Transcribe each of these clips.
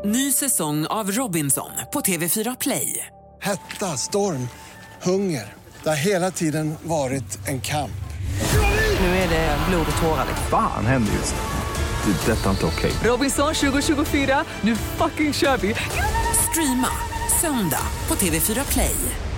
Ny säsong av Robinson på TV4 Play. Hetta, storm, hunger. Det har hela tiden varit en kamp. Nu är det blod och tårar. Fan händer just nu. Det. Detta är inte okej. Robinson 2024, nu fucking kör vi. Streama söndag på TV4 Play.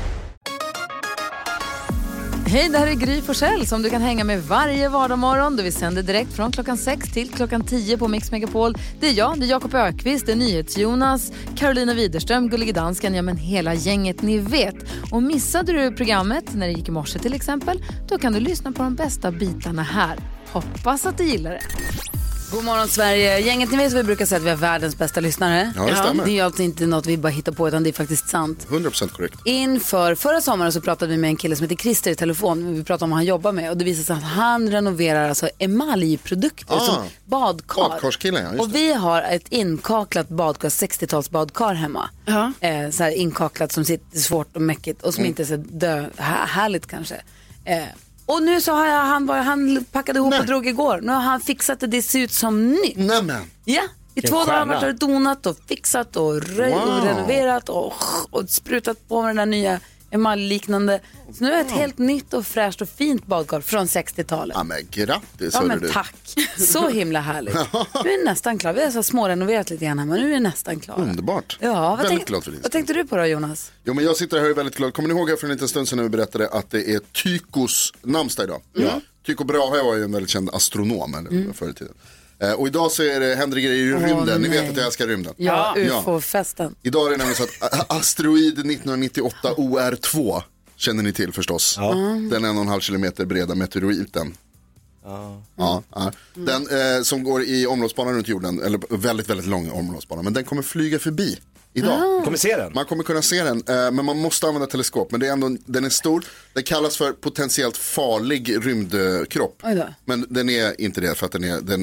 Hej, det här är Gry Forssell som du kan hänga med varje vardagsmorgon. Då vi sänder direkt från klockan 6 till klockan 10 på Mix Megapol. Det är jag, det är Jakob Ökvist, det är NyhetsJonas, Carolina Widerström, Gullige Dansken, ja men hela gänget ni vet. Och missade du programmet när det gick i morse till exempel, då kan du lyssna på de bästa bitarna här. Hoppas att du gillar det. God morgon Sverige. Gänget, ni vet vad vi brukar säga att vi har världens bästa lyssnare. Ja, det stämmer. Det är ju alltid inte något vi bara hittar på utan det är faktiskt sant. 100% korrekt. Inför förra sommaren så pratade vi med en kille som heter Christer i telefon. Vi pratade om vad han jobbar med och det visade sig att han renoverar alltså emaljprodukter som badkar. Badkarskillen, ja, just och vi har ett inkaklat badkar, 60-tals badkar hemma. Så här inkaklat som sitter svårt och mäckigt och som inte är så härligt kanske. Och nu så har han packade ihop och drog igår. Nu har han fixat det ser ut som nytt. Nämen. Ja, i 2 dagar har det donat och fixat och renoverat och sprutat på med den där nya emaljliknande. Så nu är det ett helt nytt och fräscht och fint badkar från 60-talet. Ja men grattis. Ja men tack. Så himla härligt. Nu är nästan klar. Vi har så smårenoverat lite grann här, men nu är vi nästan klara. Underbart. Ja, väldigt glad för det. Vad tänkte du på då, Jonas? Jo men jag sitter här och är väldigt glad. Kommer ni ihåg här för en liten stund sedan när vi berättade att det är Tykos namnsdag idag? Ja. Tycho Brahe var ju en väldigt känd astronom förr i tiden. Och idag så händer det grejer i rymden. Ni vet att jag älskar rymden. Ja, UFO-festen. Idag är det nämligen så att asteroid 1998 OR2 känner ni till förstås. Ja. Den 1,5 kilometer breda meteoriten. Ja. Den som går i omloppsbanan runt jorden, eller väldigt, väldigt lång omloppsbana, men den kommer flyga förbi idag. Kommer se den. Man kommer kunna se den, men man måste använda teleskop. Men det är ändå, den är stor. Det kallas för potentiellt farlig rymdkropp. Men den är inte det, för att den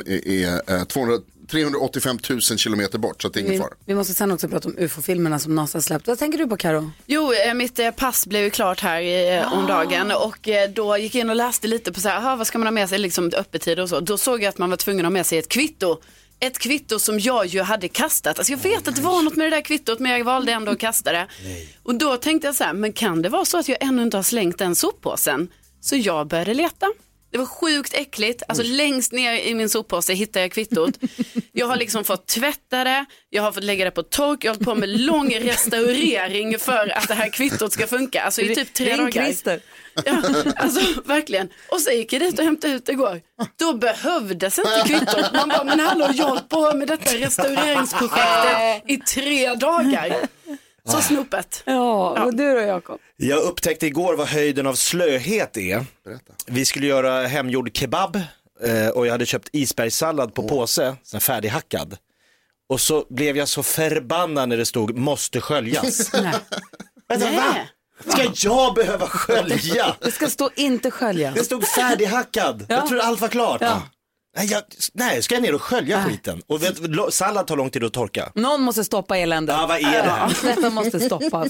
är 385 000 kilometer bort, så det är ingen fara. Vi måste sen också prata om UFO-filmerna som NASA släppt. Vad tänker du på, Karo? Jo, mitt pass blev ju klart här om dagen och då gick jag in och läste lite på så här, vad ska man ha med sig liksom öppettider och så. Då såg jag att man var tvungen att ha med sig ett kvitto. Ett kvitto som jag ju hade kastat. Alltså jag vet att det var något med det där kvittot, men jag valde ändå att kasta det. Och då tänkte jag så här, men kan det vara så att jag ännu inte har slängt den soppåsen? Så jag började leta. Det var sjukt äckligt. Alltså längst ner i min soppåse hittade jag kvittot. Jag har liksom fått tvätta det. Jag har fått lägga det på tork. Jag har hållit på med lång restaurering för att det här kvittot ska funka. Alltså i typ 3 dagar. Ja, alltså verkligen. Och så gick jag dit och hämtade ut igår. Då behövdes inte kvittot. Man bara, men hallå, jag har hållit på med detta restaureringsprojektet i 3 dagar. Så snopet. Ja, och du då, Jakob? Jag upptäckte igår vad höjden av slöhet är. Berätta. Vi skulle göra hemgjord kebab och jag hade köpt isbergssallad på påse, sen färdighackad. Och så blev jag så förbannad när det stod måste sköljas. Vänta, va? Ska jag behöva skölja? Det ska stå inte sköljas. Det stod färdighackad. Jag trodde allt var klart. Ja. Nej, ska jag ner och skölja skiten? Och sallad tar lång tid att torka. Någon måste stoppa eländet. Ja, vad är det här? Detta måste stoppas.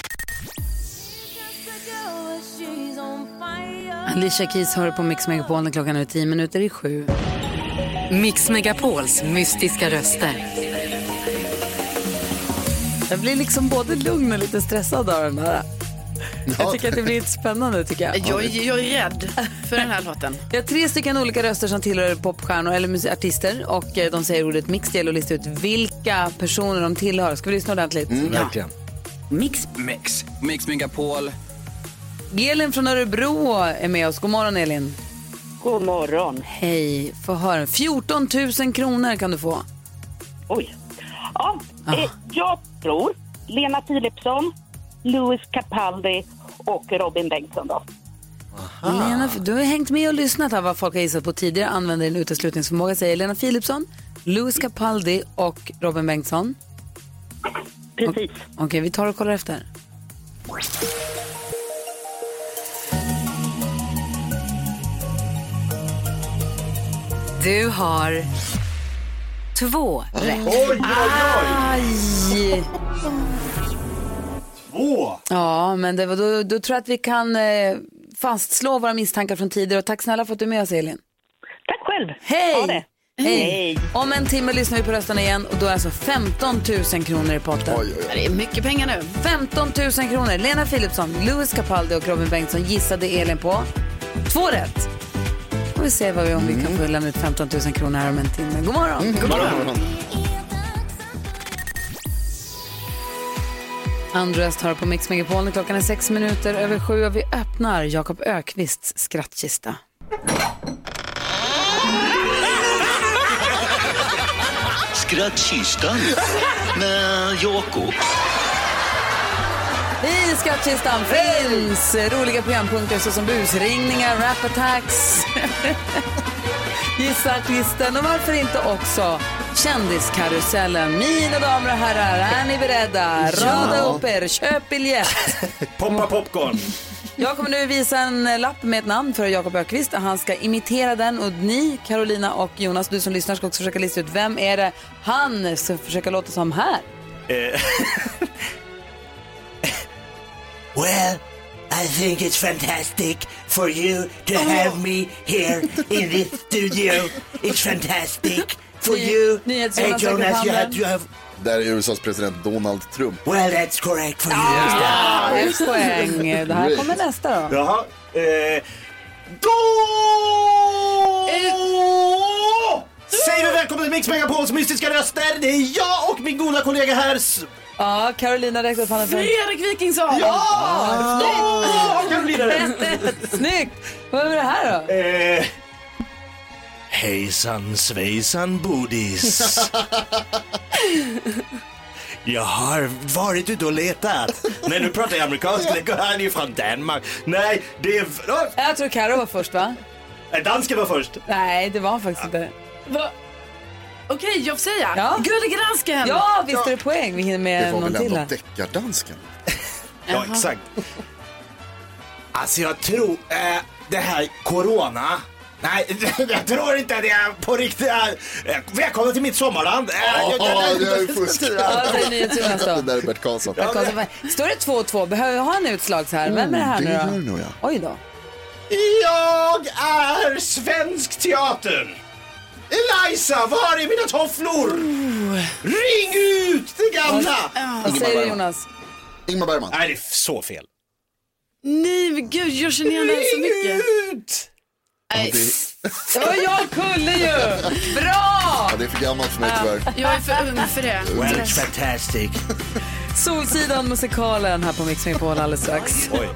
Alicia Keys hör på Mix Megapol när klockan är 6:10. Mix Megapols mystiska röster. Jag blir liksom både lugn och lite stressad av den här. Jag tycker att det blir lite spännande, tycker jag. Jag är rädd för den här låten. Jag har 3 stycken olika röster som tillhör popstjärnor eller artister och de säger ordet mix. Det gäller att lista ut vilka personer de tillhör. Ska vi lyssna ordentligt? Verkligen. Mix Megapol. Elin från Örebro är med oss. God morgon, Elin. God morgon. Hej, få höra. 14 000 kronor kan du få. Oj. Ja, jag tror Lena Philipsson, Louis Capaldi och Robin Bengtsson då. Lena, du har hängt med och lyssnat här vad folk har gissat på tidigare. Använder din uteslutningsförmåga. Säger Lena Philipsson, Louis Capaldi och Robin Bengtsson. Precis. Okej, vi tar och kollar efter. Du har 2 rätt. Oj! Aj! 2! Ja, men det var då tror jag att vi kan fastslå våra misstankar från tidigare. Och tack snälla för att du är med oss, Elin. Tack själv. Hej! Hej. Om en timme lyssnar vi på rösterna igen och då är alltså 15 000 kronor i potten. Oj. Det är mycket pengar nu. 15 000 kronor. Lena Philipsson, Louis Capaldi och Robin Bengtsson gissade Elin på 2 rätt. Och vi ser om vi kan få lämna ut 15 000 kronor här om en timme. God morgon. God morgon. Andreas tar på Mix Megapol. Klockan är 6:06 och vi öppnar Jakob Ökvists skrattkista. Skrattkistan med Jakob. I skrattkistan finns roliga programpunkter såsom busringningar, rap-attacks, gissa artisten och varför inte också kändiskarusellen. Mina damer och herrar, är ni beredda? Rada upp er, köp biljett. Poppa popcorn. Jag kommer nu visa en lapp med ett namn för Jakob Ökvist. Han ska imitera den och ni, Carolina och Jonas, du som lyssnar ska också försöka lista ut vem är det han ska försöka låta som här. Well, I think it's fantastic for you to have me here in this studio. It's fantastic for you. Hey Jonas, you have... Där är USAs president Donald Trump. Well, that's correct for you. Ett poäng. Det här kommer nästa då. Jaha. Säg vi välkommen till Mix Megapols mystiska röster. Det är jag och min goda kollega här. Ja, Carolina räckte upp handen för... Fredrik Wikingsson! Ja! Carolina! Snyggt! Vad är det här då? Hejsan svejsan bodis. Jag har varit ute och letat. Nej, nu pratar jag amerikanska. Han är ju från Danmark. Nej, det är... Jag tror Karo var först, va? Dansken var först. Nej, det var faktiskt inte. Okej, jag får säga. Ja. Gullige dansken. Ja, visst är det poäng. Vi hinner med någon till här. Det var väl ändå deckardansken? Ja, exakt. Alltså jag tror det här corona. Nej, jag tror inte det är på riktigt. Välkommen till mitt sommarland. Jag är fusk. Det där är Bert Karlsson. Står det 2-2? Behöver jag ha en utslag så här? Vem är det här nu då? Det nog, ja. Oj då. Jag är svensk teatern. Eliza, var är mina tofflor? Ring ut det gamla. Vad säger du, Jonas? Ingmar Bergman. Nej, det är så fel. Nej, men gud, jag känner igen den så mycket. Ut! Nej. Det var jag kulle ju! Bra! Ja, det är för gammalt för mig tyvärr. Jag är för ung för det. Well, it's fantastic. Solsidan musikalen här på Mix Megapol alldeles strax. Oj.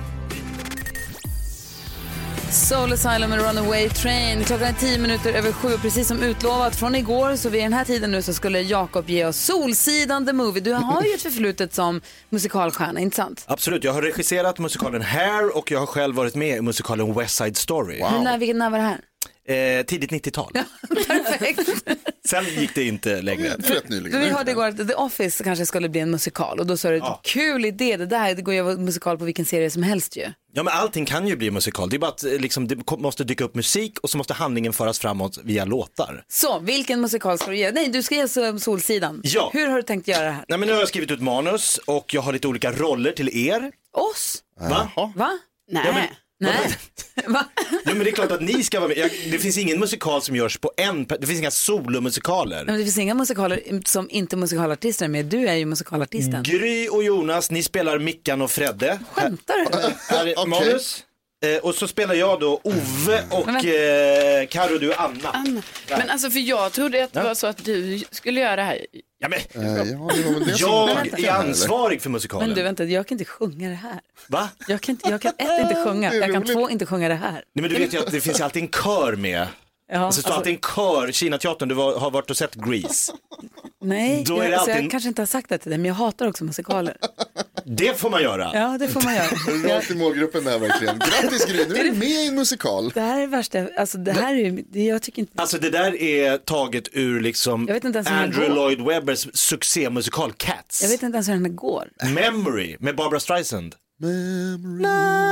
Soul Asylum med Runaway Train. Klockan är 7:10. Precis som utlovat från igår, så vid den här tiden nu så skulle Jakob ge oss Solsidan the Movie. Du har ju ett förflutet som musikalstjärna, inte sant? Absolut, jag har regisserat musikalen Hair och jag har själv varit med i musikalen West Side Story. Wow. Vilken när var det här? Tidigt 90-tal. Perfekt. Sen gick det inte längre. Vi hörde igår att The Office kanske skulle bli en musikal och då sa du, kul idé, det går ju att vara musikal på vilken serie som helst ju. Ja, men allting kan ju bli musikal. Det är bara att liksom, det måste dyka upp musik och så måste handlingen föras framåt via låtar. Så, vilken musikal ska du göra? Nej, du ska ge Solsidan. Ja. Hur har du tänkt göra det här? Nej, men nu har jag skrivit ut manus och jag har lite olika roller till er. Oss? Va? Nej. Ja, men... Nej. Va? Ja, men det är klart att ni ska vara med. Det finns ingen musikal som görs på det finns inga solomusikaler. Men det finns inga musikaler som inte musikalartister är med. Du är ju musikalartisten. Gry och Jonas, ni spelar Mickan och Fredde. Skämtar du? Här är manus. Och så spelar jag då Ove och Karo, du är Anna. Men alltså, för jag trodde att det var så att du skulle göra det här. Ja, men jag är ansvarig för musikalen. Men du, vänta, jag kan inte sjunga det här. Va? Jag kan inte sjunga. Jag kan 2 inte sjunga det här. Nej, men du vet ju att det finns alltid en kör med. Ja, det står alltid en kör. Kina-teatern, du har varit och sett Grease. Nej, då är det alltid... jag kanske inte har sagt det till dig, men jag hatar också musikaler. Det får man göra. Ja, det får man göra. Rakt i målgruppen där verkligen. Grattis Gry, nu är du med i en musikal. Det här är det värsta, alltså det här är ju, jag tycker inte... Alltså det där är taget ur liksom Andrew Lloyd Webbers succémusikal Cats. Jag vet inte ens hur den går. Memory med Barbra Streisand. Memory.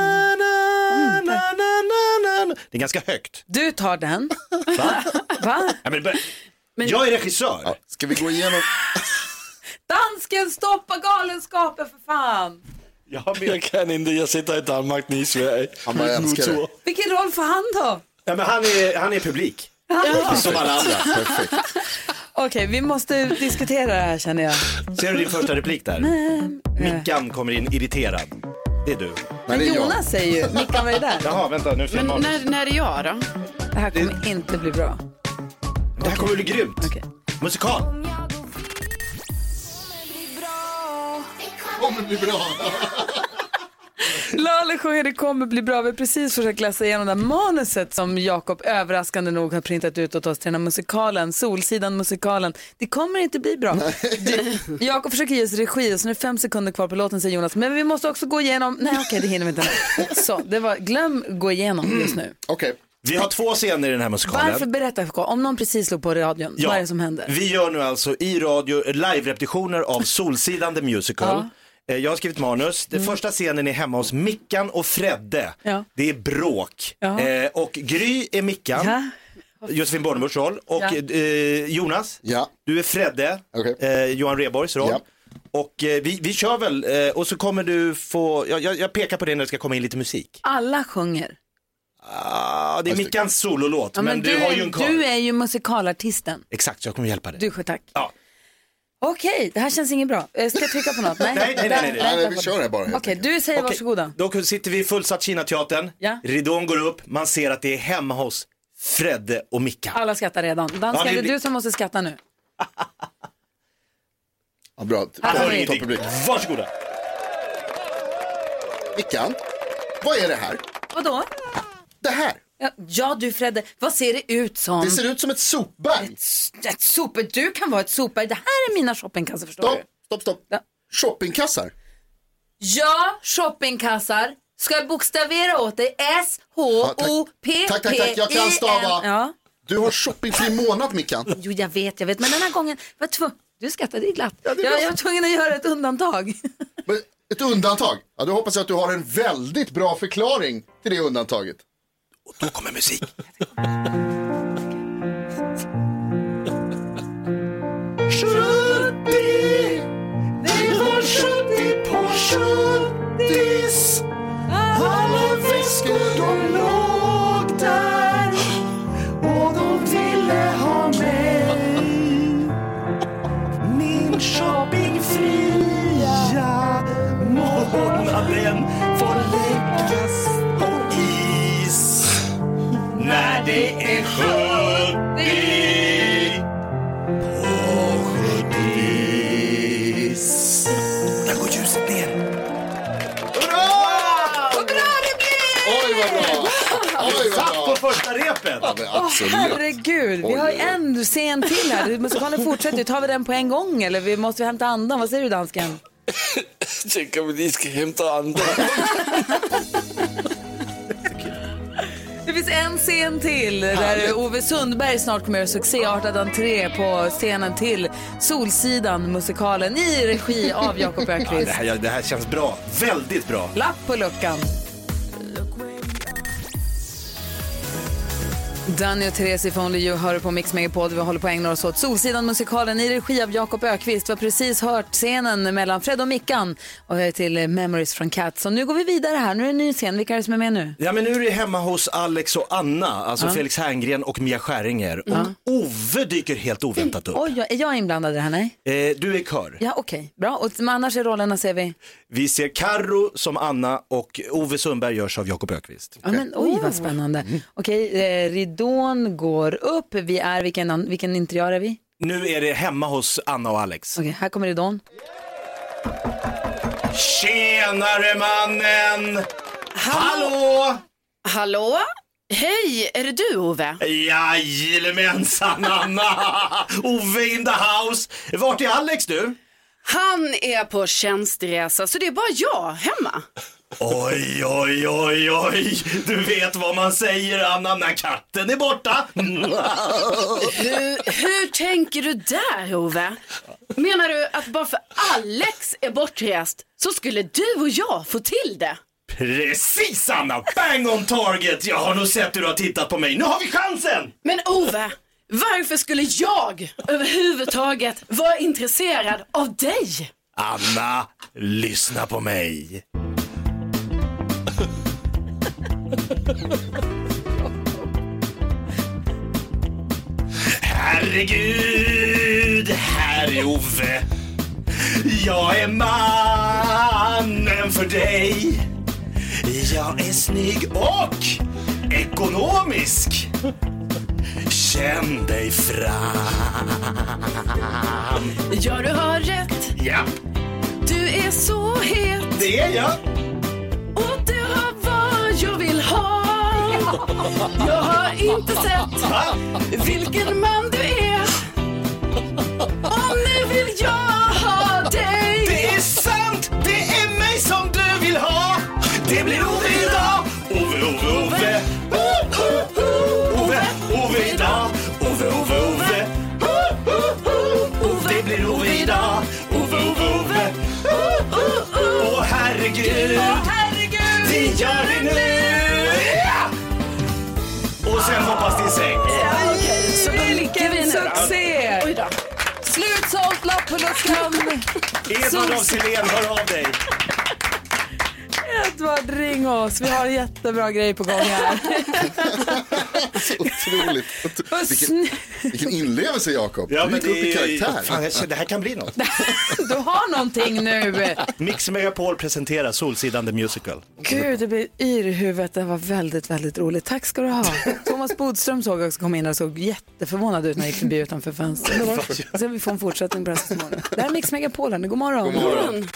Det är ganska högt. Du tar den. Va? Ja, men jag är regissör. Ja, ska vi gå igenom... Dansken, stoppa galenskapen för fan. Jag kan inte, jag sitter i Danmark, ni i Sverige. Han bara älskar det. Vilken roll får han då? Ja, men han är publik. Som alla andra, perfekt. Okej, vi måste diskutera det här känner jag. Ser du din första replik där? Mickan kommer in irriterad. Det är du. Men Jonas säger ju, Mickan var ju där. Jaha, vänta, nu Men när är det jag då? Det här kommer inte bli bra. Det här kommer bli grymt. Okay. Musikal. Kommer bli bra. Lale sjunger det kommer bli bra. Vi har precis försökt läsa igenom det manuset som Jakob överraskande nog har printat ut åt oss till den här musikalen, Solsidan musikalen. Det kommer inte bli bra. Jakob försöker ge oss regi, så nu är 5 sekunder kvar på låten, säger Jonas. Men vi måste också gå igenom, det hinner vi inte. Så, glöm gå igenom just nu. Okej. Vi har 2 scener i den här musikalen. Varför berätta, om någon precis slog på radion, vad är det som händer? Vi gör nu alltså i radio live-repetitioner av Solsidan the Musical. Jag har skrivit manus. Den första scenen är hemma hos Mickan och Fredde. Det är bråk. Och Gry är Mickan. Josefin Bornebuschs roll. Och Jonas, du är Fredde. Johan Rheborgs roll. Och vi kör väl. Och så kommer du få, jag pekar på det när det ska komma in lite musik. Alla sjunger. Det är Mickans sololåt. Men du har ju en kör. Du är ju musikalartisten. Exakt, så jag kommer hjälpa dig. Du, tack. Okej, det här känns inget bra. Ska jag trycka på något? Nej, vi kör det bara. Okej, du säger varsågoda. Då sitter vi i fullsatt Kinateatern. Ridån går upp, man ser att det är hemma hos Fredde och Mickan. Alla skrattar redan. Danska, det är du som måste skratta nu. Bra, topppublik. Varsågoda. Mickan, vad är det här? Vadå? Det här. Ja, du Fredde, vad ser det ut som? Det ser ut som ett sopberg. Ett sopberg, du kan vara ett sopberg. Det här är mina shoppingkassar, förstår du? Stopp. Ja. Shoppingkassar? Ja, shoppingkassar. Ska jag bokstavera åt dig? S-H-O-P-P-I-N. Tack, jag kan stava. Ja. Du har shoppingfri månad, Mickan. Jo, jag vet. Men den här gången du skrattade glatt. Jag var tvungen att göra ett undantag. Ett undantag? Ja, då hoppas jag att du har en väldigt bra förklaring till det undantaget. Och då kommer musik. 70, det var 70 på 70s. Alla väskor de låg där och de ville ha mig. Min shoppingfria månaden får läggas på is. När det är 70 på 70s. Där går ljuset ner. Hurra! Vad bra det blir! Oj, vad bra! Oj, vad bra! På första repet. Herregud, vi har en scen till här. Musikalen fortsätter. Tar vi den på en gång eller måste vi hämta andan? Vad säger du, dansken? Jag tänker att vi ska hämta andan. Det finns en scen till där Ove Sundberg snart kommer att succéartad entré på scenen till Solsidan musikalen i regi av Jakob Ökvist. Det här känns bra, väldigt bra. Lapp på luckan. Danny och Therese i Only You hör på Mix Megapod. Vi håller på att ägna oss åt Solsidan musikalen i regi av Jakob Ökvist. Vi har precis hört scenen mellan Fred och Mickan och till Memories from Cats. Så nu går vi vidare här. Nu är det en ny scen. Vilka är det som är med nu? Ja, men nu är det hemma hos Alex och Anna, alltså Felix Herngren och Mia Skäringer. Och Ove dyker helt oväntat upp. Oj, är jag inblandad i det här? Nej? Du är kör. Ja, okej. Bra. Och annars är rollerna ser vi? Vi ser Karo som Anna och Ove Sundberg görs av Jakob Ökvist. Ja, men oj vad spännande. Okej, ridån går upp. Vi är, vilken interiör är vi? Nu är det hemma hos Anna och Alex. Okej, här kommer ridån. Tjenare mannen! Hallå! Hallå? Hej, är det du Ove? Jajamensan Anna! Ove in the house. Vart är Alex du? Han är på tjänsteresa så det är bara jag hemma. Oj, oj, oj, oj. Du vet vad man säger Anna när katten är borta. Hur tänker du där Ove? Menar du att bara för Alex är bortrest så skulle du och jag få till det? Precis Anna, bang on target. Jag har nog sett hur du har tittat på mig. Nu har vi chansen. Men Ove, varför skulle jag överhuvudtaget vara intresserad av dig? Anna, lyssna på mig. herregud, här är Ove. Jag är mannen för dig. Jag är snygg och ekonomisk. Känn dig fram. Ja, du har rätt. Ja. Du är så het. Det är jag. Och du har vad jag vill ha. Jag har inte sett vilken man du är. Och nu vill jag ha dig. Det är sant, det är mig som du vill ha. Det blir Ove idag. Ove, Ove, Ove. Ove, Ove idag. Ove, Ove, Ove. Det blir Ove idag. Ove, Ove, Ove. Åh herregud, vi gör det nu. Och sen hoppas till säng. Så vilken succé! Oj då. Slutsålt, lapp på luckan. Edvard av Silén, hör av dig. Edvard, ring oss. Vi har en jättebra grej på gång här. Så otroligt. Vilken inlevelse, Jakob. Ja, men det är karaktär. Fan, det här kan bli något. Du har någonting nu. Mix Megapol presenterar Solsidan the Musical. Gud, det blir yr i huvudet. Det var väldigt, väldigt roligt. Tack ska du ha. Thomas Bodström såg också komma in och såg jätteförvånad ut när han gick förbi utanför fönstret. Sen vi får en fortsättning på resten av morgonen. Det här är Mix Megapol. God morgon. God morgon.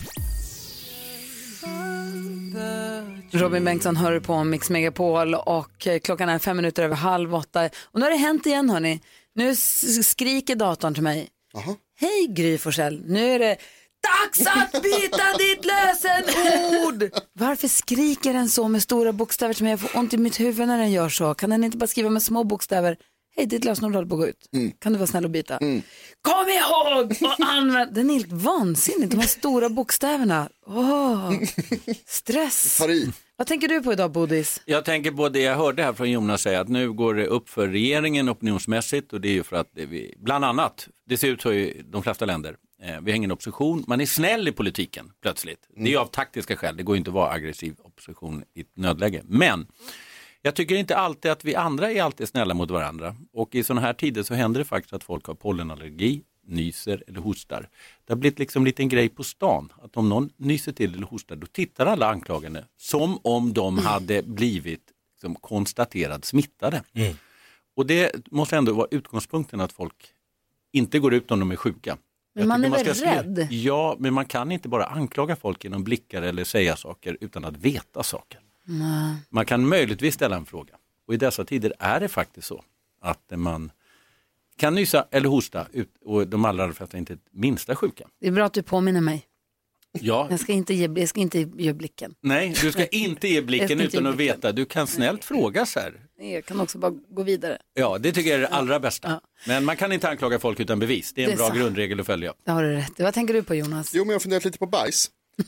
Robin Bengtsson hör på Mix Megapol och klockan är 7:05. Och nu har det hänt igen, hörni. Nu skriker datorn till mig. Aha. Hej Gry Forssell, nu är det dags att byta ditt lösenord. Varför skriker den så med stora bokstäver som jag får ont i mitt huvud när den gör så? Kan den inte bara skriva med små bokstäver? Hej, ditt lösenord håller på att gå ut. Kan du vara snäll och byta? Kom ihåg och använd. Den är helt vansinnig, de här stora bokstäverna. Stress. Vad tänker du på idag, Bodis? Jag tänker på det jag hörde här från Jonas säga, att nu går det upp för regeringen opinionsmässigt, och det är ju för att vi, bland annat, det ser ut så i de flesta länder, vi har ingen opposition, man är snäll i politiken plötsligt. Det är ju av taktiska skäl, det går ju inte att vara aggressiv opposition i ett nödläge. Men jag tycker inte alltid att vi andra är alltid snälla mot varandra, och i sådana här tider så händer det faktiskt att folk har pollenallergi, nyser eller hostar. Det har blivit liksom en liten grej på stan att om någon nyser till eller hostar, då tittar alla anklagande som om de hade blivit liksom konstaterad smittade. Och det måste ändå vara utgångspunkten, att folk inte går ut om de är sjuka. Men man är väl rädd? Ja, men man kan inte bara anklaga folk genom blickar eller säga saker utan att veta saker. Man kan möjligtvis ställa en fråga. Och i dessa tider är det faktiskt så att man kan nysa eller hosta och de allra flesta är inte minsta sjuka. Det är bra att du påminner mig. Ja. Jag ska inte ge blicken. Nej, du ska inte ge blicken utan att veta. Du kan snällt fråga så här. Jag kan också bara gå vidare. Ja, det tycker jag är det allra bästa. Ja. Men man kan inte anklaga folk utan bevis. Det är en bra grundregel att följa. Det har du rätt. Vad tänker du på, Jonas? Jo, men jag har funderat lite på bajs.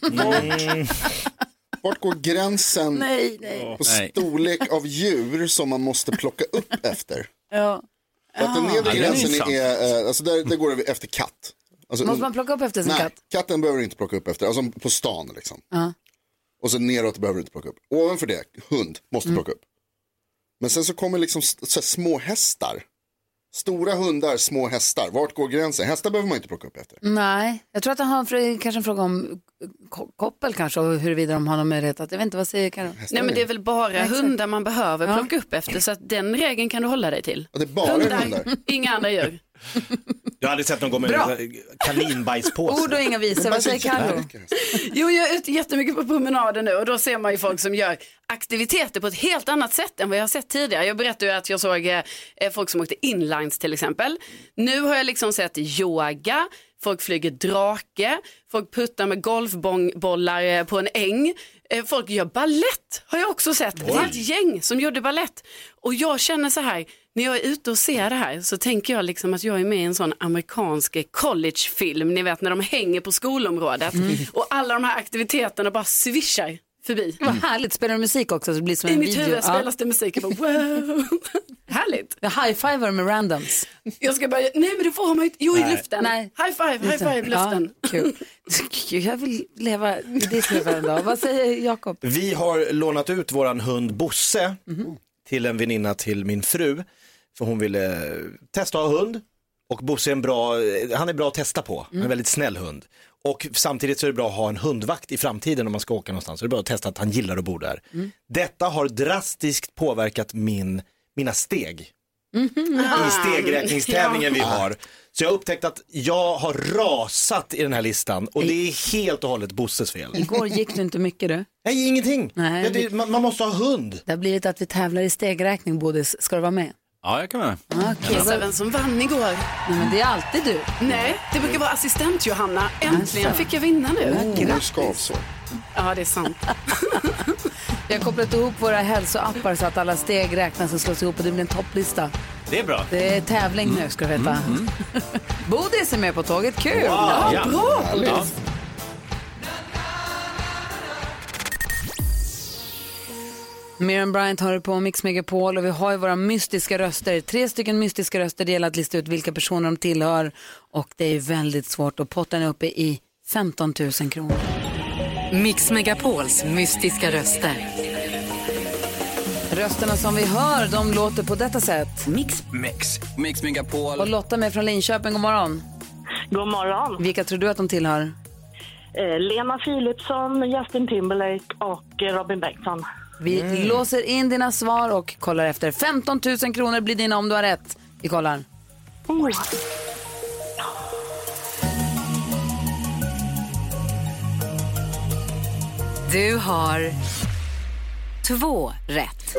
Vart går gränsen på storlek av djur som man måste plocka upp efter? Ja. För att den nedre gränsen är, alltså där går det efter katt. Alltså, måste man plocka upp efter sin katt? Katten behöver inte plocka upp efter, alltså på stan liksom. Och så neråt behöver du inte plocka upp. Ovanför det, hund måste plocka upp. Men sen så kommer liksom så små hästar. Stora hundar, små hästar. Vart går gränsen? Hästar behöver man inte plocka upp efter. Nej, jag tror att han har kanske en fråga om koppel kanske, och huruvida de har någon möjlighet att, jag vet inte, vad säger Karin? Nej, men det är väl bara hundar man behöver plocka upp efter, så att den regeln kan du hålla dig till. Ja, det är bara hundar. Inga andra djur. Jag hade sett någon gå med kaninbajspåse. Ord och inga visor, vad säger Karo? Jo, jag är ute jättemycket på promenader nu, och då ser man ju folk som gör aktiviteter på ett helt annat sätt än vad jag har sett tidigare. Jag berättade ju att jag såg folk som åkte inlines till exempel. Nu har jag liksom sett yoga, folk flyger drake, folk puttar med golfbollar på en äng. Folk gör ballett, har jag också sett. Det är ett gäng som gjorde ballett. Och jag känner så här, när jag är ute och ser det här så tänker jag liksom att jag är med i en sån amerikansk collegefilm. Ni vet när de hänger på skolområdet och alla de här aktiviteterna bara svischar förbi. Vad härligt, spelar musik också så det blir som en video. video. I mitt huvud spelas det musik, wow. Härligt. Jag high-fiver med randoms. Jag ska börja, nej men det får man ju, jo i luften. Nej. High five i luften. Ja, kul. Jag vill leva i ditt huvud en dag. Vad säger Jakob? Vi har lånat ut våran hund Bosse till en väninna till min fru. För hon ville testa att ha hund. Och Bosse han är bra att testa på. Han är en väldigt snäll hund. Och samtidigt så är det bra att ha en hundvakt i framtiden om man ska åka någonstans. Så det är bra att testa att han gillar att bo där. Detta har drastiskt påverkat mina steg. I stegräkningstävlingen vi har. Så jag har upptäckt att jag har rasat i den här listan. Och det är helt och hållet Bosses fel. Igår gick du inte mycket du? Nej, ingenting. Nej, man måste ha hund. Det har blivit att vi tävlar i stegräkning, Bodis. Ska du vara med? Ja, jag kan vara med. Gissa vem som vann igår. Nej, men det är alltid du. Nej, det brukar vara assistent Johanna. Äntligen fick jag vinna nu. Ja, det är sant. Jag har kopplat ihop våra hälsoappar så att alla steg räknas och slås ihop och det blir en topplista. Det är bra. Det är tävling nu, ska du veta. Bodis är med på tåget. Kul! Wow. Ja, bra! Ja. Miriam Bryant har det på Mix Megapol och vi har ju våra mystiska röster. 3 stycken mystiska röster. Det gäller att lista ut vilka personer de tillhör och det är väldigt svårt och potten är uppe i 15 000 kronor. Mix Megapols mystiska röster. Rösterna som vi hör, de låter på detta sätt. Mix Megapol. Och Lotta med från Linköping, god morgon. God morgon. Vilka tror du att de tillhör? Lena Philipsson, Justin Timberlake och Robin Bengtsson. Vi låser in dina svar och kollar efter. 15 000 kronor blir dina om du har rätt. Vi kollar. Du har 2 rätt.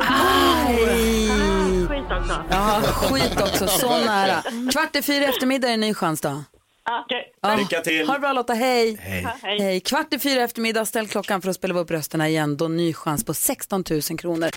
Skit också. Ja, skit också. Så nära. 3:15 eftermiddag är en ny chans då. Okej. Ja. Lycka till. Ha det bra Lotta, hej. Hej. Hej. 3:15 eftermiddag, ställ klockan för att spela upp rösterna igen. Då ny chans på 16 000 kronor.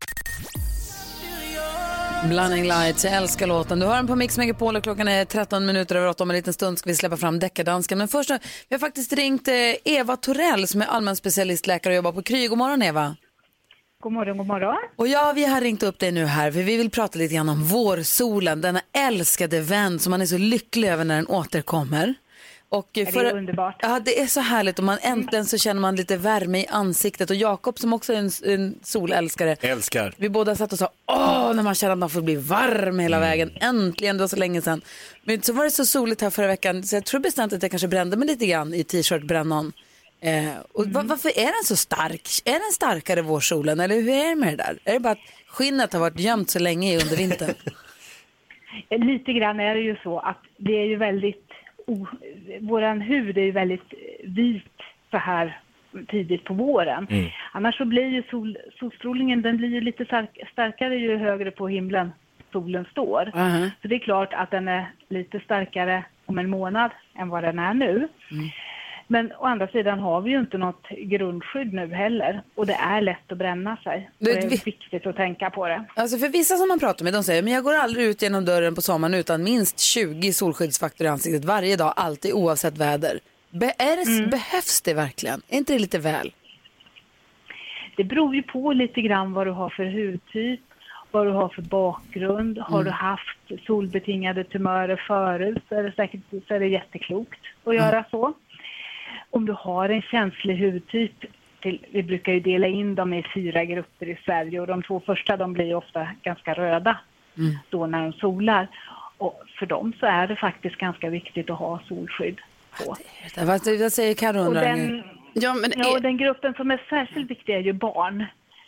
Blinding Lights, jag älskar låten. Du hör den på Mix Megapol och klockan är 13 minuter över 8. Om en liten stund ska vi släppa fram deckardansken. Men först, vi har faktiskt ringt Eva Torell som är allmän specialistläkare och jobbar på Kry. God morgon Eva. God morgon, god morgon. Och ja, vi har ringt upp dig nu här för vi vill prata lite grann om vårsolen. Denna älskade vän som man är så lycklig över när den återkommer. Och det är underbart. Ja, det är så härligt och man äntligen så känner man lite värme i ansiktet. Och Jakob som också är en solälskare. Älskar. Vi båda satt och sa, när man känner att man får bli varm hela vägen. Äntligen, det var så länge sedan. Men så var det så soligt här förra veckan så jag tror bestämt att jag kanske brände mig lite grann i t-shirt-brännan. Varför är den så stark? Är den starkare vårsolen eller hur är det med det där? Är det bara att skinnet har varit gömt så länge under vintern? Lite grann är det ju så att det är ju väldigt våran hud är ju väldigt vit så här tidigt på våren. Annars så blir ju solstrålningen, den blir ju lite starkare ju högre på himlen solen står. Så det är klart att den är lite starkare om en månad än vad den är nu. Men å andra sidan har vi ju inte något grundskydd nu heller. Och det är lätt att bränna sig. Det är viktigt att tänka på det. Alltså för vissa som man pratar med, de säger men jag går aldrig ut genom dörren på sommaren utan minst 20 solskyddsfaktor i ansiktet varje dag, alltid oavsett väder. Behövs det verkligen? Är inte det lite väl? Det beror ju på lite grann vad du har för hudtyp, vad du har för bakgrund. Har du haft solbetingade tumörer förut så är det jätteklokt att göra så. Om du har en känslig hudtyp, vi brukar ju dela in dem i 4 grupper i Sverige och de 2 första de blir ofta ganska röda då när de solar. Och för dem så är det faktiskt ganska viktigt att ha solskydd på. Vad säger Karo? Och den gruppen som är särskilt viktig är ju barn.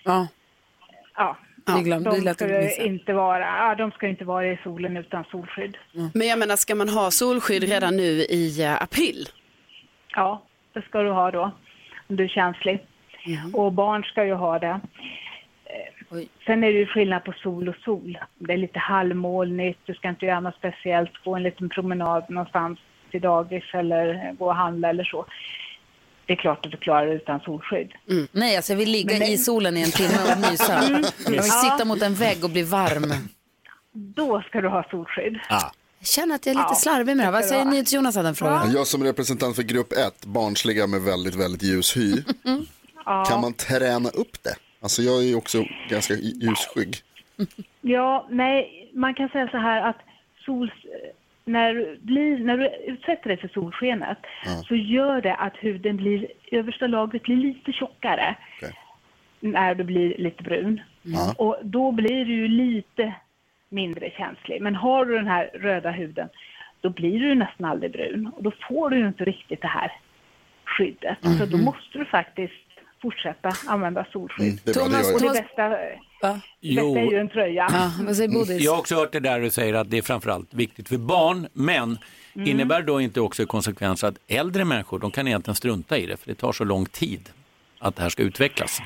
De ska inte vara i solen utan solskydd. Men jag menar, ska man ha solskydd redan nu i april? Ja, det ska du ha då, om du är känslig. Och barn ska ju ha det. Sen är det ju skillnad på sol och sol. Det är lite halvmolnigt, du ska inte göra något speciellt, gå en liten promenad någonstans till dagis eller gå och handla eller så. Det är klart att du klarar det utan solskydd. Nej, alltså jag vill ligga i solen i en timme och mysa. Jag vill sitta mot en vägg och bli varm. Då ska du ha solskydd. Jag känner att jag är lite slarvig med det. Vad säger ni till Jonas hade en fråga? Jag som representant för grupp 1, barnsliga med väldigt, väldigt ljus hy. Kan man träna upp det? Alltså jag är ju också ganska ljusskygg. Ja, nej, man kan säga så här att när du utsätter dig för solskenet så gör det att huden blir, översta lagret blir lite tjockare när du blir lite brun. Och då blir du ju lite mindre känslig. Men har du den här röda huden, då blir du nästan aldrig brun. Och då får du ju inte riktigt det här skyddet. Så då måste du faktiskt fortsätta använda solskydd. Thomas, och det bästa är ju en tröja. Ja, vad säger Bodis? Jag har också hört det där du säger att det är framförallt viktigt för barn, men innebär då inte också konsekvens att äldre människor, de kan egentligen strunta i det, för det tar så lång tid att det här ska utvecklas?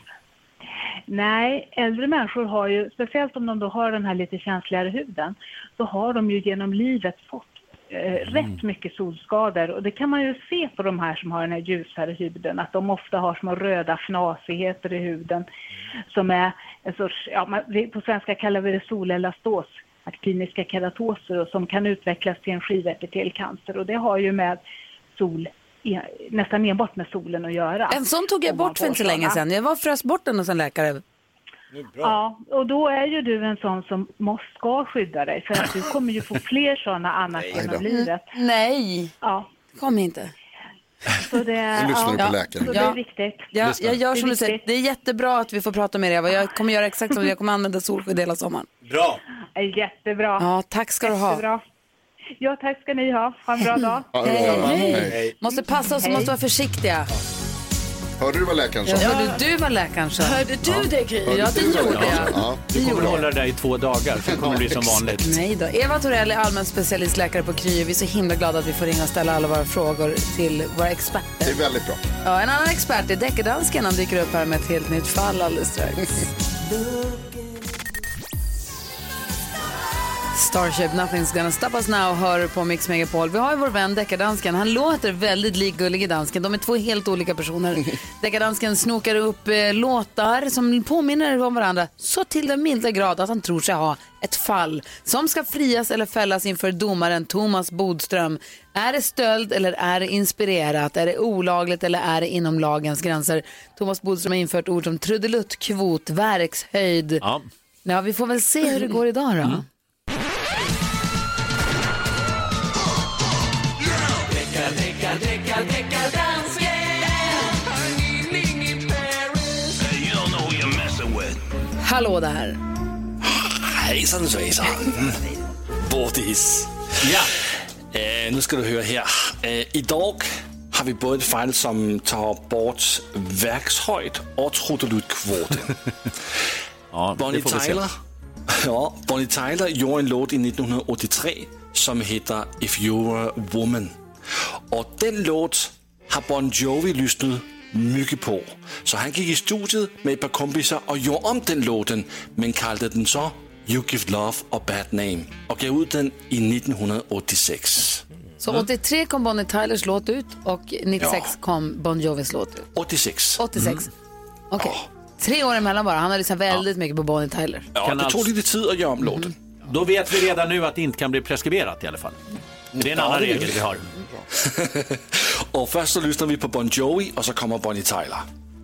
Nej, äldre människor har ju, speciellt om de då har den här lite känsligare huden, så har de ju genom livet fått rätt mycket solskador. Och det kan man ju se på de här som har den här ljusare huden, att de ofta har små röda fnasigheter i huden som är en sorts, på svenska kallar vi det solelastos, kliniska keratoser, och som kan utvecklas till en skivepitelcancer. Och det har ju med sol, nästan enbart med solen att göra. En sån tog jag bort för inte så länge sedan. Jag var frös bort den hos en läkare. Ja, och då är ju du en sån som ska skydda dig, för att du kommer ju få fler såna annars genom livet. Nej, kom inte. Så det, lyssnar du på läkaren. Så det är viktigt. Ja, jag gör som du säger. Det är jättebra att vi får prata med dig, Eva. Jag kommer göra exakt som jag kommer använda solskydd hela sommaren. Bra. Jättebra. Ja, tack ska du ha. Jättebra. Ja, tack ska ni ha. Ha en bra dag. Hej. Måste passa oss och måste vara försiktiga. Hörde du vad läkaren sa? Hörde du vad läkaren sa? Hörde du det, Gry? Ja, det gjorde jag. Du kommer hålla dig i 2 dagar, så kommer det bli som vanligt. Nej då. Eva Torell är allmän specialistläkare på Kry. Vi är så himla glada att vi får ringa och ställa alla våra frågor till våra experter. Det är väldigt bra. Ja, en annan expert är deckardansken. Han dyker upp här med ett helt nytt fall alldeles strax. Starship, Nothing's Gonna Stop Us Now hör på Mix Megapol. Vi har ju vår vän Deckardansken. Han låter väldigt lik Gullige Dansken. De är 2 helt olika personer. Deckardansken snokar upp låtar som påminner om varandra så till den milda grad att han tror sig ha ett fall som ska frias eller fällas inför domaren Thomas Bodström. Är det stöld eller är det inspirerat? Är det olagligt eller är det inom lagens gränser? Thomas Bodström har infört ord som trudelutt, kvot, verkshöjd. Ja, vi får väl se hur det går idag då. Hallå där. Hejsan svejsan. Bodis. Ja. Nu ska du höra här. Idag har vi både ett fall som tar bort verkshöjd och trudeluttkvoten. Bonnie Tyler. Ja, Bonnie Tyler gjorde en låt i 1983 som heter If You're a Woman. Och den låt har Bon Jovi lyssnat mycket på. Så han gick i studiet med ett par kompisar och gjorde om den låten, men kallade den så You Give Love a Bad Name och gav ut den i 1986. Så 83 kom Bonnie Tylers låt ut och 96 kom Bon Jovis låt ut. 86. Okej. 3 år emellan bara. Han har lyssnat väldigt mycket på Bonnie Tyler. Ja, det tog lite tid att göra om låten. Då vet vi redan nu att det inte kan bli preskriberat i alla fall. Det är en annan regel vi har. Och först så lyssnar vi på Bon Jovi och så kommer Bonnie Tyler.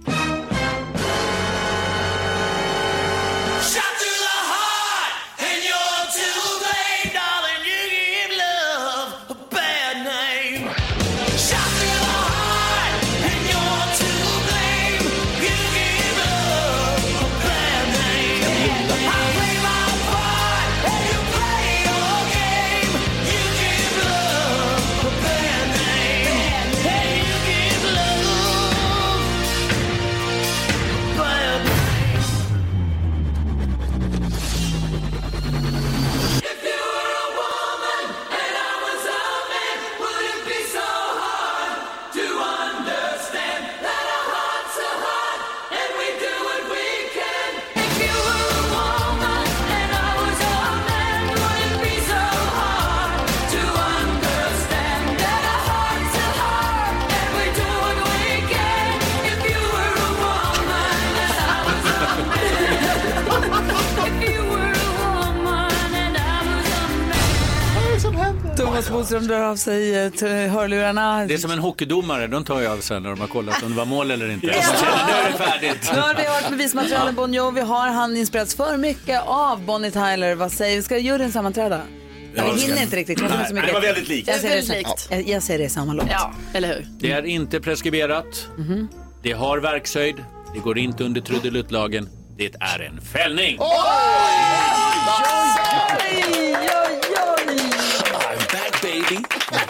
Thomas Bodström drar av sig hörlurarna. Det är som en hockeydomare, de tar ju av sig när de har kollat om det var mål eller inte. Nu är det färdigt. Nu har vi hört bevismaterialen. Bon Jovi har han inspirerats för mycket av Bonnie Tyler. Vad säger vi? Ska juryn sammanträda? Ja, vi hinner inte riktigt. Nej, det var väldigt likt. Jag säger det i samma låt. Ja, eller hur? Det är inte preskriberat. Det har verkshöjd. Det går inte under trudeluttlagen. Det är en fällning. I'm back baby.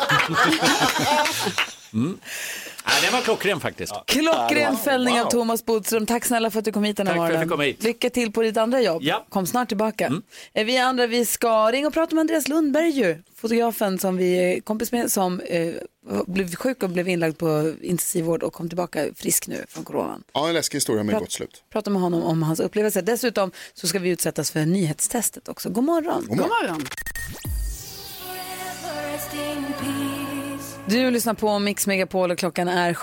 Ja, det var klockren faktiskt. Klockren fällning av Thomas Bodström. Tack snälla för att du kom hit den här morgonen. Tack för att du kom hit. Lycka till på ditt andra jobb. Ja. Kom snart tillbaka. Vi andra, vi ska ringa och prata med Andreas Lundberg ju. Fotografen som vi är kompis med som blev sjuk och blev inlagd på intensivvård och kom tillbaka frisk nu från coronan. Ja, en läskig historia med gott slut. Prata med honom om hans upplevelse. Dessutom så ska vi utsättas för nyhetstestet också. God morgon. God morgon. Du lyssnar på Mix Megapol och klockan är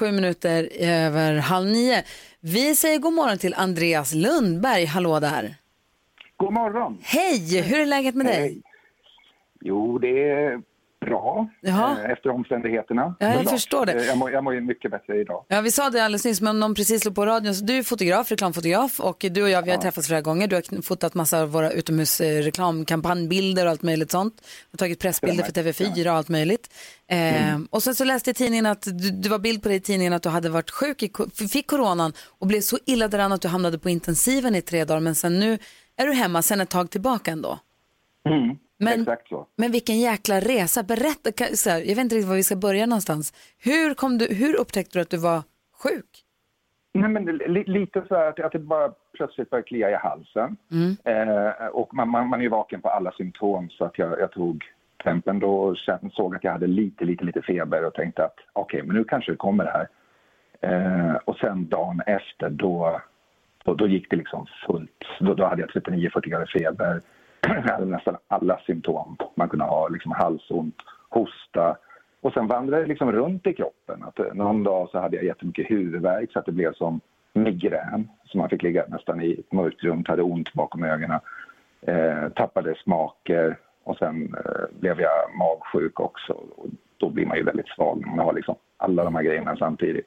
7:07. Vi säger god morgon till Andreas Lundberg. Hallå där. God morgon. Hej, hur är läget med dig? Jo, det är bra efter omständigheterna. Ja, jag förstår det. Jag mår ju mycket bättre idag. Ja, vi sa det alldeles nyss, men någon precis slog på radion. Så du är fotograf, reklamfotograf och du och jag, vi har träffats flera gånger. Du har fotat massa av våra utomhusreklamkampanjbilder och allt möjligt sånt. Du har tagit pressbilder för TV4 och allt möjligt. Och sen så läste jag i tidningen att du var bild på dig i tidningen att du hade varit sjuk, fick coronan och blev så illa däran att du hamnade på intensiven i 3 dagar. Men sen nu är du hemma sen ett tag tillbaka ändå. Exakt så. Men vilken jäkla resa. Berätta, jag vet inte riktigt var vi ska börja någonstans. Hur upptäckte du att du var sjuk? Nej, men lite så här att det bara plötsligt började klia i halsen. Och man är ju vaken på alla symptom, så att jag tog tempen då och såg att jag hade lite feber och tänkte att okej, men nu kanske det kommer det här. Och sen dagen efter då gick det liksom fullt. Då hade jag 39-40 grader feber. Jag hade nästan alla symptom man kunde ha, liksom halsont, hosta. Och sen vandrade det liksom runt i kroppen. Att någon dag så hade jag jättemycket huvudvärk så att det blev som migrän. Så man fick ligga nästan i ett mörkt rum, hade ont bakom ögonen. Tappade smaker och sen blev jag magsjuk också. Och då blir man ju väldigt svag när man har liksom alla de här grejerna samtidigt.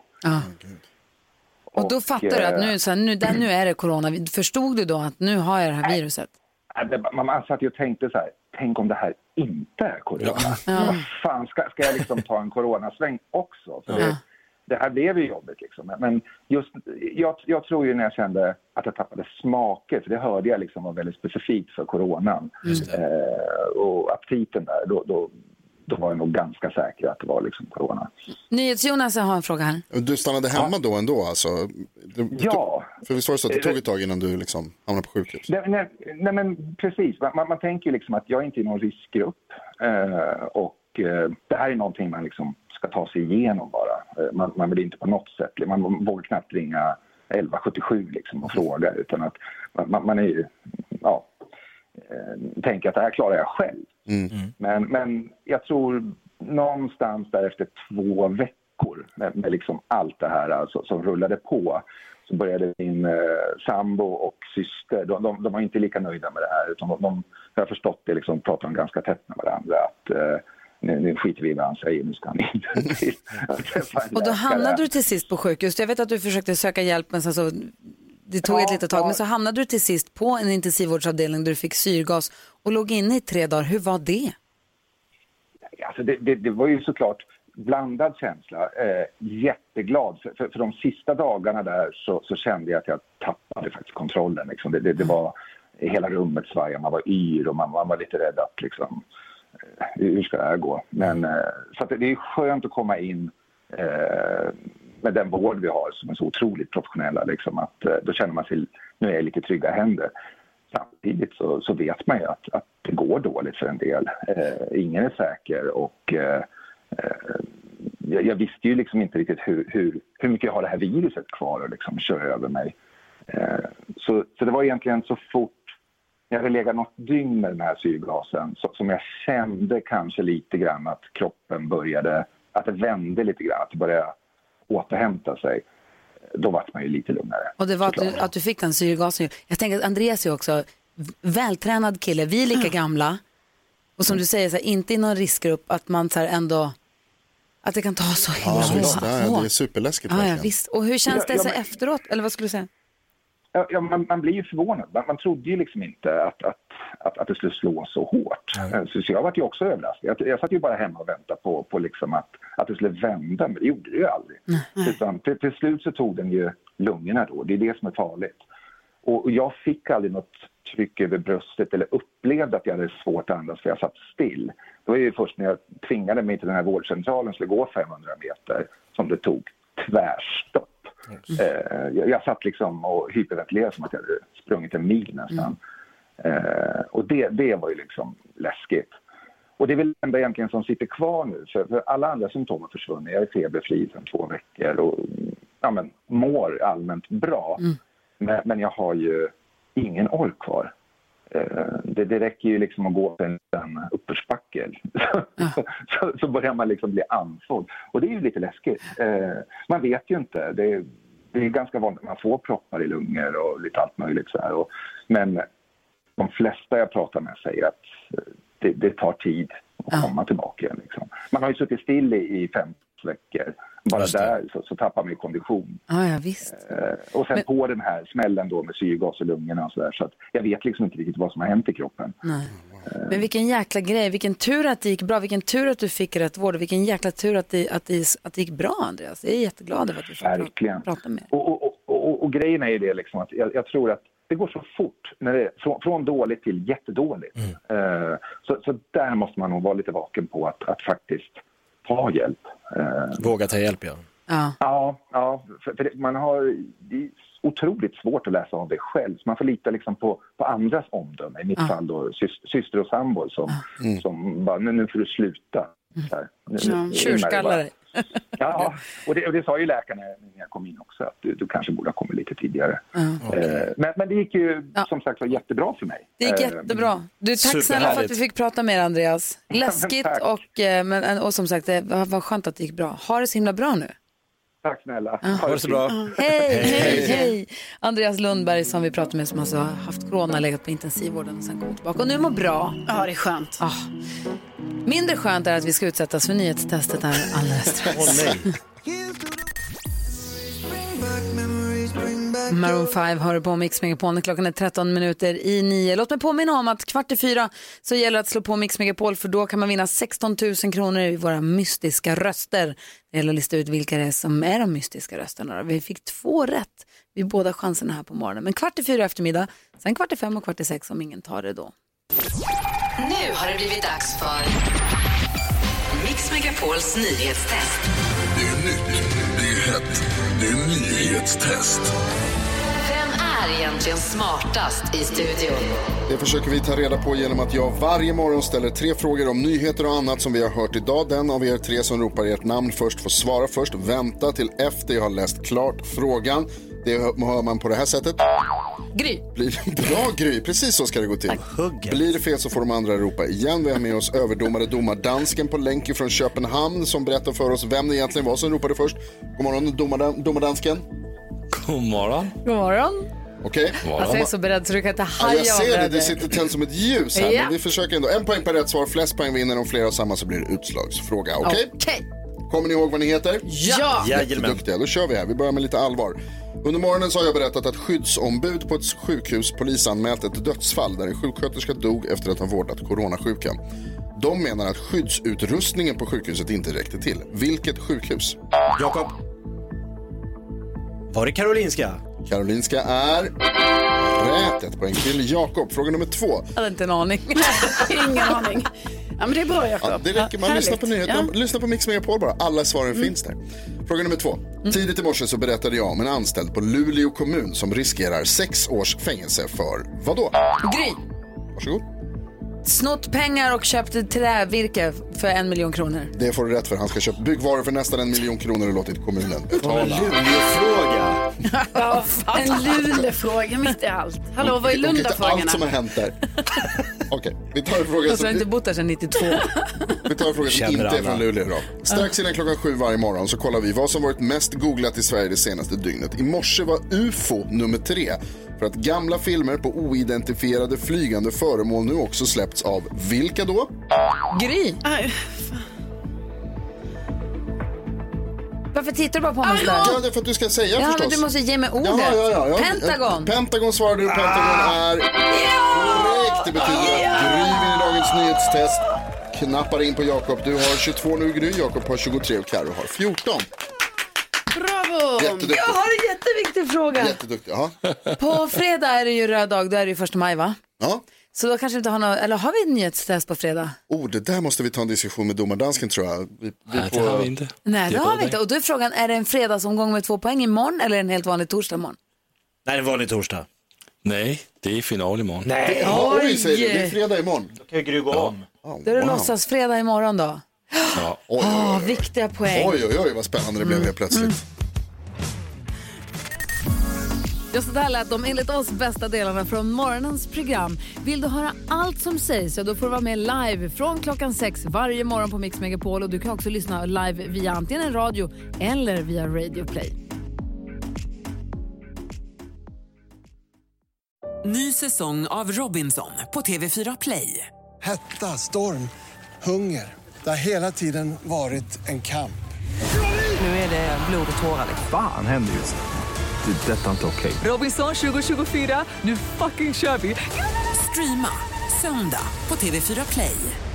Och då fattar du att nu är det corona. Förstod du då att nu har jag det här viruset? Man satt ju och tänkte så här, tänk om det här inte är corona. Vad fan, ska jag liksom ta en coronasväng också? För det här blev ju jobbigt liksom. Men just, jag tror ju när jag kände att jag tappade smaker, för det hörde jag liksom var väldigt specifikt för coronan. Och aptiten där, då var jag nog ganska säker att det var liksom corona. NyhetsJonas har en fråga här. Du stannade hemma då ändå alltså? För visst var det så att det tog ett tag innan du liksom hamnade på sjukhus? Nej men precis, man tänker ju liksom att jag är inte i någon riskgrupp. Och det här är någonting man liksom ska ta sig igenom bara. Man vill inte på något sätt, man vågar knappt ringa 1177 liksom och fråga, utan att man är ju, tänker att det här klarar jag själv. Men jag tror någonstans där efter 2 veckor med liksom allt det här alltså, som rullade på, så började min sambo och syster, de var inte lika nöjda med det här, utan jag har förstått det, liksom, pratar de ganska tätt med varandra att nu skiter vi i vad han säger, nu ska han in. Och då hamnade du till sist på sjukhus. Jag vet att du försökte söka hjälp, men sen så det tog ett litet tag, men så hamnade du till sist på en intensivvårdsavdelning där du fick syrgas och låg inne i 3 dagar. Hur var det? Alltså det var ju såklart blandad känsla. Jätteglad. För de sista dagarna där så kände jag att jag tappade faktiskt kontrollen. Liksom. Det var hela rummet svaja, man var yr och man var lite rädd att liksom, hur ska det här gå? Men så att det är skönt att komma in med den vård vi har som är så otroligt professionella, liksom, att då känner man sig, nu är jag lite trygga händer. Samtidigt så vet man ju att det går dåligt för en del. Ingen är säker och jag visste ju liksom inte riktigt hur mycket jag har det här viruset kvar och liksom kör över mig. Så det var egentligen så fort jag hade legat något dygn med den här syrgasen som jag kände kanske lite grann att kroppen började, att det vände lite grann, att det började återhämta sig. Då var man ju lite lugnare. Och det var att du fick den syrgasen. Jag tänker att Andreas är också vältränad kille. Vi är lika gamla. Och som du säger, så här, inte i någon riskgrupp, att man så här ändå, att det kan ta så himla det är superläskigt. Ja, visst. Och hur känns det så efteråt? Eller vad skulle du säga? Ja, man blir ju förvånad. Man trodde ju liksom inte att det skulle slå så hårt. Så jag var ju också överraskad. Jag satt ju bara hemma och väntade på liksom att det skulle vända, men det gjorde det ju aldrig. Utan till slut så tog den ju lungorna då. Det är det som är farligt. Och jag fick aldrig något tryck över bröstet eller upplevde att jag hade svårt att andas för jag satt still. Det var ju först när jag tvingade mig till den här vårdcentralen skulle gå 500 meter som det tog tvärstopp. Jag satt liksom och hyperventilerade som att jag hade sprungit en mil nästan. Och det var ju liksom läskigt. Och det är väl enda egentligen som sitter kvar nu. För alla andra symptom har försvunnit. Jag är feberfri sedan 2 veckor och mår allmänt bra. Men jag har ju ingen ork kvar. Det räcker ju liksom att gå på en uppförsbacke. Så börjar man liksom bli andfådd. Och det är ju lite läskigt. Man vet ju inte. Det är ganska vanligt. Man får proppar i lungor och lite allt möjligt så här. Men de flesta jag pratar med säger att det tar tid att komma tillbaka. Liksom. Man har ju suttit still i 5 veckor. Bara där så tappar man ju kondition. Ja, visst. Och sen på den här smällen då med syrgas i lungorna och sådär. Så att jag vet liksom inte riktigt vad som har hänt i kroppen. Nej. Men vilken jäkla grej. Vilken tur att det gick bra. Vilken tur att du fick rätt vård. Vilken jäkla tur att det gick bra, Andreas. Jag är jätteglad över att vi får prata med. Och grejen är ju det liksom att jag tror att det går så fort när det från dåligt till jättedåligt. Så där måste man nog vara lite vaken på att faktiskt ta hjälp. Våga ta hjälp, Ja, för man har otroligt svårt att läsa av det själv. Så man får lita liksom på andras omdöme. I mitt fall då syster och sambo som bara, nu får du sluta. Tjurskallare. Ja, och det sa ju läkarna när jag kom in också, att du kanske borde ha kommit lite tidigare. Men det gick ju som sagt var jättebra för mig. Det gick jättebra. Tack snälla för att vi fick prata med er, Andreas. Läskigt och som sagt, det var skönt att det gick bra. Ha det så himla bra nu. Tack snälla. Ha det så bra. Hej. Andreas Lundberg som vi pratade med, som alltså har haft corona, legat på intensivvården och sen kommit tillbaka. Och nu mår bra. Ja, det är skönt. Mindre skönt är att vi ska utsättas för nyhetstestet här alldeles strax. Maroon 5 hör på Mix Megapol. Klockan är 13:13. Låt mig påminna om att 3:15 så gäller att slå på Mix Megapol, för då kan man vinna 16 000 kronor i våra mystiska röster. Det gäller att lista ut vilka det är som är de mystiska rösterna. Vi fick 2 rätt vid båda chanserna här på morgonen. Men 4:15 eftermiddag, sen 5:15 och 5:15 om ingen tar det då. Nu har det blivit dags för Mix Megapols nyhetstest. Det är nytt, det är hett, det är nyhetstest. Vem är egentligen smartast i studion? Det försöker vi ta reda på genom att jag varje morgon ställer 3 frågor om nyheter och annat som vi har hört idag. Den av er 3 som ropar ert namn först får svara först. Vänta till efter jag har läst klart frågan. Det hör man på det här sättet. Gry. Bra Gry, precis så ska det gå till. Blir det fel så får de andra ropa igen. Vi har med oss överdomare domardansken på länk från Köpenhamn som berättar för oss vem det egentligen var som ropade först. God morgon domardansken. God morgon. God morgon. Okej. Alltså jag är så beredd så du kan inte haja. Jag ser det sitter tänt som ett ljus här. Men vi försöker ändå. 1 poäng per rätt svar, flest poäng vinner. Om flera av samma så blir det utslagsfråga. Okej? Kommer ni ihåg vad ni heter? Ja! Jätteduktiga, då kör vi här. Vi börjar med lite allvar. Under morgonen så har jag berättat att skyddsombud på ett sjukhus polisanmält ett dödsfall där en sjuksköterska dog efter att ha vårdat coronasjuka. De menar att skyddsutrustningen på sjukhuset inte räckte till. Vilket sjukhus? Jakob. Var det Karolinska? Karolinska är rätt. 1 poäng till Jakob. Fråga nummer 2. Jag hade inte en aning. Ingen aning. Ja, men det är bra, Jakob. Ja, det räcker. Man lyssnar på nyheterna. Lyssna på Mix Megapol bara. Alla svaren finns där. Fråga nummer 2. Tidigt i morse så berättade jag om en anställd på Luleå kommun som riskerar 6 års fängelse för vad då? Gry. Varsågod. Snott pengar och köpte trävirke för 1 miljon kronor. Det får du rätt för. Han ska köpa byggvaror för nästan 1 miljon kronor och låtit kommunen betala. En Luleå-fråga. Ja, en Luleå-fråga mitt i allt. Hallå, vad är Lunda-frågorna? Allt som har hänt där. Okej, vi tar en fråga som... Jag har inte bott där sedan 92. Vi tar en fråga som inte är från Luleå då. Strax innan 7:00 varje morgon så kollar vi vad som varit mest googlat i Sverige det senaste dygnet. I morse var UFO nummer 3. För att gamla filmer på oidentifierade flygande föremål nu också släppts av vilka då? Gry. Varför tittar du bara på mig? Ja, det är för att du ska säga förstås. Ja, men du måste ge mig ordet. Ja. Pentagon. Pentagon svarade du. Pentagon är korrekt. Det betyder att Gry vinner dagens nyhetstest. Knappar in på Jakob. Du har 22 nu, Gry. Jakob har 23 och Karo har 14. Bravo! Jätteduktig. Jag har en jätteviktig fråga. Jätteduktig, ja. På fredag är det ju röd dag, då är det ju 1 maj va? Ja. Så då kanske inte har något, eller har vi en nyhetstest på fredag? Det där måste vi ta en diskussion med domardansken tror jag. Nej, det har vi inte. Nej, det har vi inte. Och då är frågan, är det en fredagsomgång med 2 poäng imorgon eller en helt vanlig torsdag imorgon? Nej, en vanlig torsdag. Nej, det är final imorgon. Nej, oj säger du, det är fredag imorgon. Då kan ju Gry gå om. Då är det låtsas fredag imorgon då. Ja. Viktiga poäng. Oj, vad spännande det blev helt plötsligt. Ja, så där lät de enligt oss bästa delarna från morgonens program. Vill du höra allt som sägs så då får du vara med live från klockan 6 varje morgon på Mix Megapol. Och du kan också lyssna live via antingen en radio eller via Radio Play. Ny säsong av Robinson på TV4 Play. Hetta, storm, hunger. Det har hela tiden varit en kamp. Nu är det blod och tårar. Fan händer just det. Det är detta inte okej. Robinson 2024, nu fucking kör vi. Streama söndag på TV4 Play.